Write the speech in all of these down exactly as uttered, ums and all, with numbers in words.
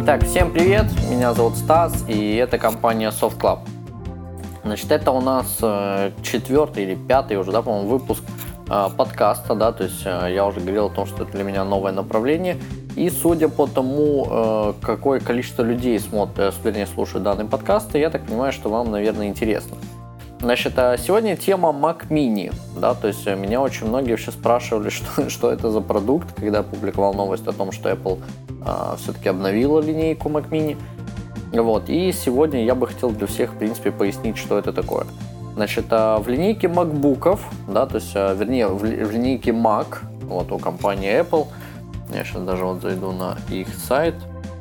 Итак, всем привет, меня зовут Стас, и это компания Soft Club. Значит, это у нас четвертый или пятый уже, да, по-моему, выпуск э, подкаста, да, то есть э, я уже говорил о том, что это для меня новое направление, и судя по тому, э, какое количество людей смотрят, вернее, слушают данный подкаст, я так понимаю, что вам, наверное, интересно. Значит, сегодня тема Mac Mini, да, то есть меня очень многие вообще спрашивали, что, что это за продукт, когда я публиковал новость о том, что Apple э, все-таки обновила линейку Mac Mini. Вот, и сегодня я бы хотел для всех, в принципе, пояснить, что это такое. Значит, в линейке MacBook'ов, да, то есть, вернее, в линейке Mac, вот, у компании Apple, я сейчас даже вот зайду на их сайт,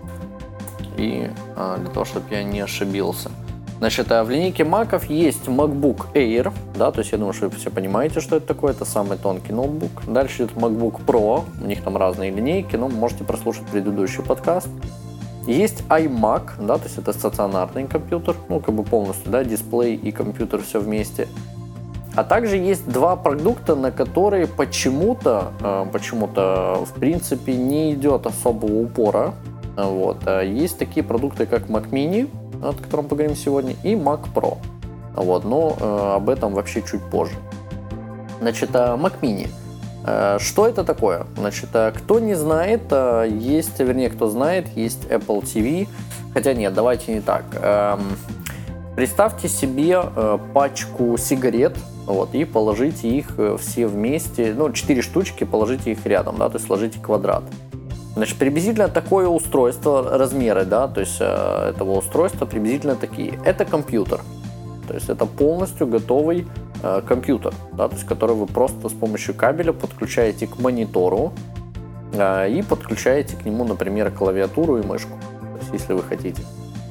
и для того, чтобы я не ошибился. Значит, в линейке Mac'ов есть MacBook Air, да, то есть я думаю, что вы все понимаете, что это такое, это самый тонкий ноутбук. Дальше идет MacBook Pro, у них там разные линейки, но можете прослушать предыдущий подкаст. Есть iMac, да, то есть это стационарный компьютер, ну, как бы полностью, да, дисплей и компьютер все вместе. А также есть два продукта, на которые почему-то, почему-то, в принципе, не идет особого упора. Вот. Есть такие продукты, как Mac Mini, о котором поговорим сегодня, и Mac Pro. Вот. Но э, об этом вообще чуть позже. Значит, Mac Mini. Э, что это такое? Значит, кто не знает, есть, вернее, кто знает, есть Apple ти ви. Хотя нет, давайте не так. Э, представьте себе э, пачку сигарет, вот, и положите их все вместе, ну, четыре штучки, положите их рядом, да, то есть сложите квадрат. Значит, приблизительно такое устройство, размеры, да, то есть э, этого устройства приблизительно такие. Это компьютер, то есть это полностью готовый э, компьютер, да, то есть который вы просто с помощью кабеля подключаете к монитору э, и подключаете к нему, например, клавиатуру и мышку, то есть если вы хотите.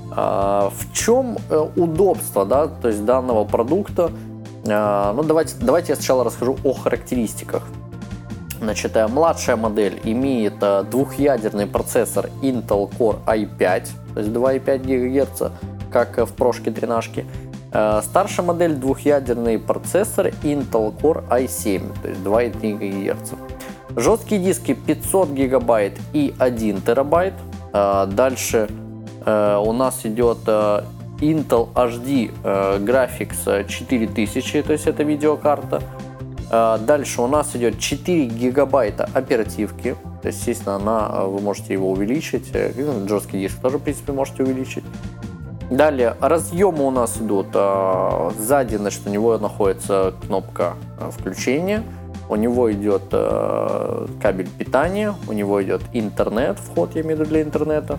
А в чем э, удобство, да, то есть данного продукта? Э, ну, давайте, давайте я сначала расскажу о характеристиках. Значит, младшая модель имеет двухъядерный процессор Intel Core ай пять, то есть два и пять гигагерца, как в прошке тринашке. Старшая модель двухъядерный процессор Intel Core ай семь, то есть два и три гигагерца. Жесткие диски пятьсот гигабайт и один терабайт. Дальше у нас идет Intel эйч ди Graphics четыре тысячи, то есть это видеокарта. Дальше у нас идет четыре гигабайта оперативки, то есть, естественно, она, вы можете его увеличить, жесткий диск тоже, в принципе, можете увеличить. Далее, разъемы у нас идут сзади, значит, у него находится кнопка включения, у него идет кабель питания, у него идет интернет, вход, я имею в виду для интернета,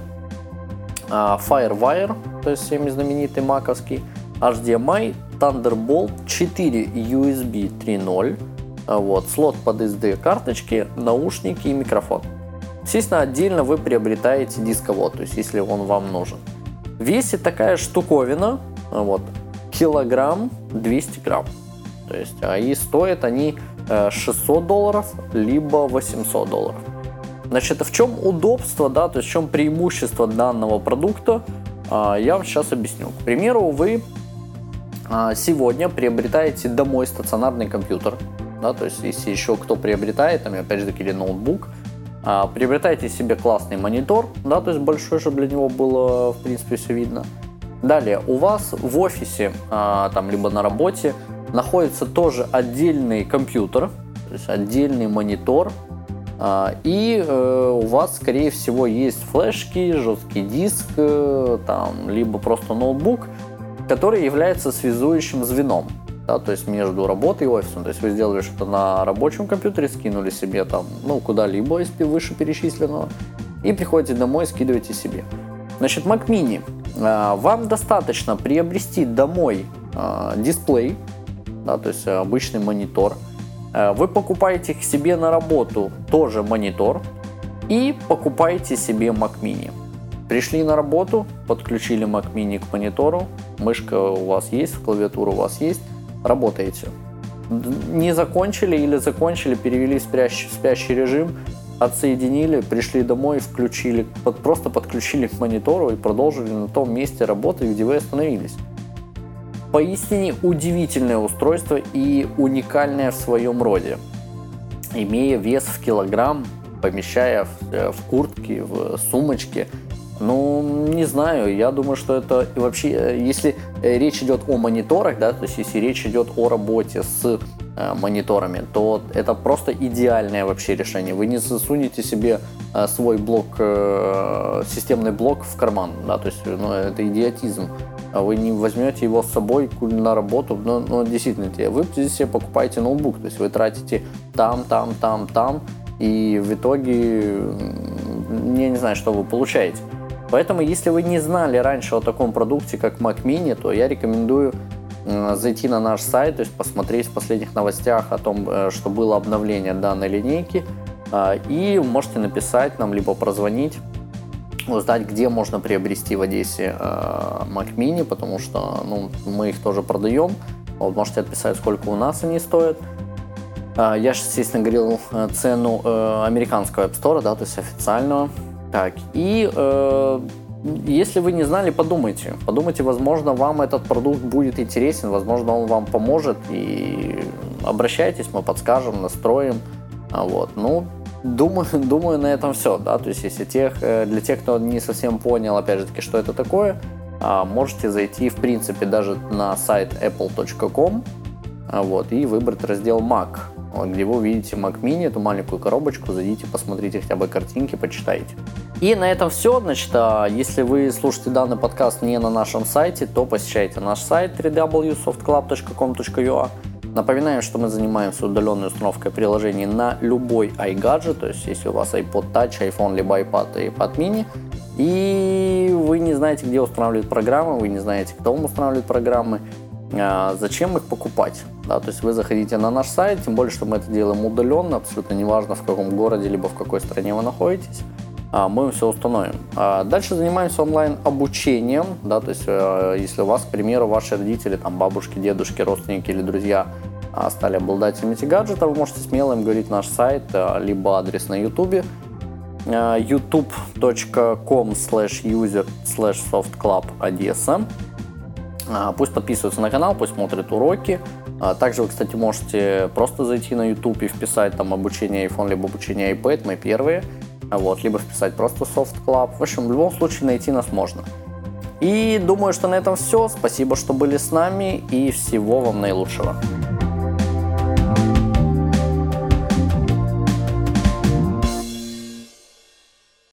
FireWire, то есть всеми знаменитый маковский, эйч ди эм ай, Thunderbolt, четыре ю эс би три ноль, вот, слот под эс ди карточки, наушники и микрофон. Естественно, отдельно вы приобретаете дисковод, то есть если он вам нужен. Весит такая штуковина, вот, килограмм двести грамм. То есть, и стоят они шестьсот долларов, либо восемьсот долларов. Значит, в чем удобство, да, то есть в чем преимущество данного продукта, я вам сейчас объясню. К примеру, вы сегодня приобретаете домой стационарный компьютер, да, то есть если еще кто приобретает, там, опять же таки, или ноутбук, а, приобретаете себе классный монитор, да, то есть большой, чтобы для него было, в принципе, все видно. Далее, у вас в офисе, а, там, либо на работе находится тоже отдельный компьютер, то есть отдельный монитор, а, и э, у вас, скорее всего, есть флешки, жесткий диск, э, там, либо просто ноутбук, который является связующим звеном, да, то есть между работой и офисом. То есть вы сделали что-то на рабочем компьютере, скинули себе там, ну, куда-либо из вышеперечисленного, и приходите домой и скидываете себе. Значит, Mac Mini. Вам достаточно приобрести домой дисплей, да, то есть обычный монитор. Вы покупаете к себе на работу тоже монитор и покупаете себе Mac Mini. Пришли на работу, подключили Mac Mini к монитору, мышка у вас есть, клавиатура у вас есть, работаете. Не закончили или закончили, перевели в спящий, в спящий режим, отсоединили, пришли домой, включили, под, просто подключили к монитору и продолжили на том месте работы, где вы остановились. Поистине удивительное устройство и уникальное в своем роде. Имея вес в килограмм, помещая в, в куртке, в сумочке, Ну, не знаю, я думаю, что это вообще, если речь идет о мониторах, да, то есть если речь идет о работе с э, мониторами, то это просто идеальное вообще решение. Вы не засунете себе э, свой блок, э, системный блок в карман, да, то есть ну, это идиотизм. Вы не возьмете его с собой на работу, но, но действительно, вы здесь себе покупаете ноутбук, то есть вы тратите там, там, там, там, и в итоге я не знаю, что вы получаете. Поэтому, если вы не знали раньше о таком продукте, как Mac Mini, то я рекомендую зайти на наш сайт, то есть посмотреть в последних новостях о том, что было обновление данной линейки, и можете написать нам, либо прозвонить, узнать, где можно приобрести в Одессе Mac Mini, потому что ну, мы их тоже продаем. Вот, можете отписать, сколько у нас они стоят. Я же, естественно, говорил цену американского App Store, да, то есть официального. Так, и э, если вы не знали, подумайте. Подумайте, возможно, вам этот продукт будет интересен, возможно, он вам поможет. И обращайтесь, мы подскажем, настроим. Вот. Ну, думаю, думаю, на этом все. Да? То есть, если тех, для тех, кто не совсем понял, опять же таки, что это такое, можете зайти, в принципе, даже на сайт apple точка com, вот, и выбрать раздел Mac, где вы увидите Mac Mini, эту маленькую коробочку, зайдите, посмотрите хотя бы картинки, почитайте. И на этом все. Значит, если вы слушаете данный подкаст не на нашем сайте, то посещайте наш сайт дабл ю дабл ю дабл ю точка softclub точка com точка ю а. Напоминаем, что мы занимаемся удаленной установкой приложений на любой iGadget, то есть если у вас iPod Touch, iPhone, либо iPad и iPad mini, и вы не знаете, где устанавливать программы, вы не знаете, кто вам устанавливает программы, зачем их покупать. Да, то есть вы заходите на наш сайт, тем более, что мы это делаем удаленно, абсолютно неважно, в каком городе, либо в какой стране вы находитесь, мы все установим. Дальше занимаемся онлайн-обучением, да, то есть если у вас, к примеру, ваши родители, там, бабушки, дедушки, родственники или друзья стали обладателями этих гаджетов, вы можете смело им говорить наш сайт, либо адрес на YouTube, ютуб точка ком слэш юзер слэш софтклаб одесса. Пусть подписываются на канал, пусть смотрят уроки. Также вы, кстати, можете просто зайти на YouTube и вписать там обучение iPhone, либо обучение iPad, мы первые. Вот, либо вписать просто Soft Club. В общем, в любом случае найти нас можно. И думаю, что на этом все. Спасибо, что были с нами, и всего вам наилучшего.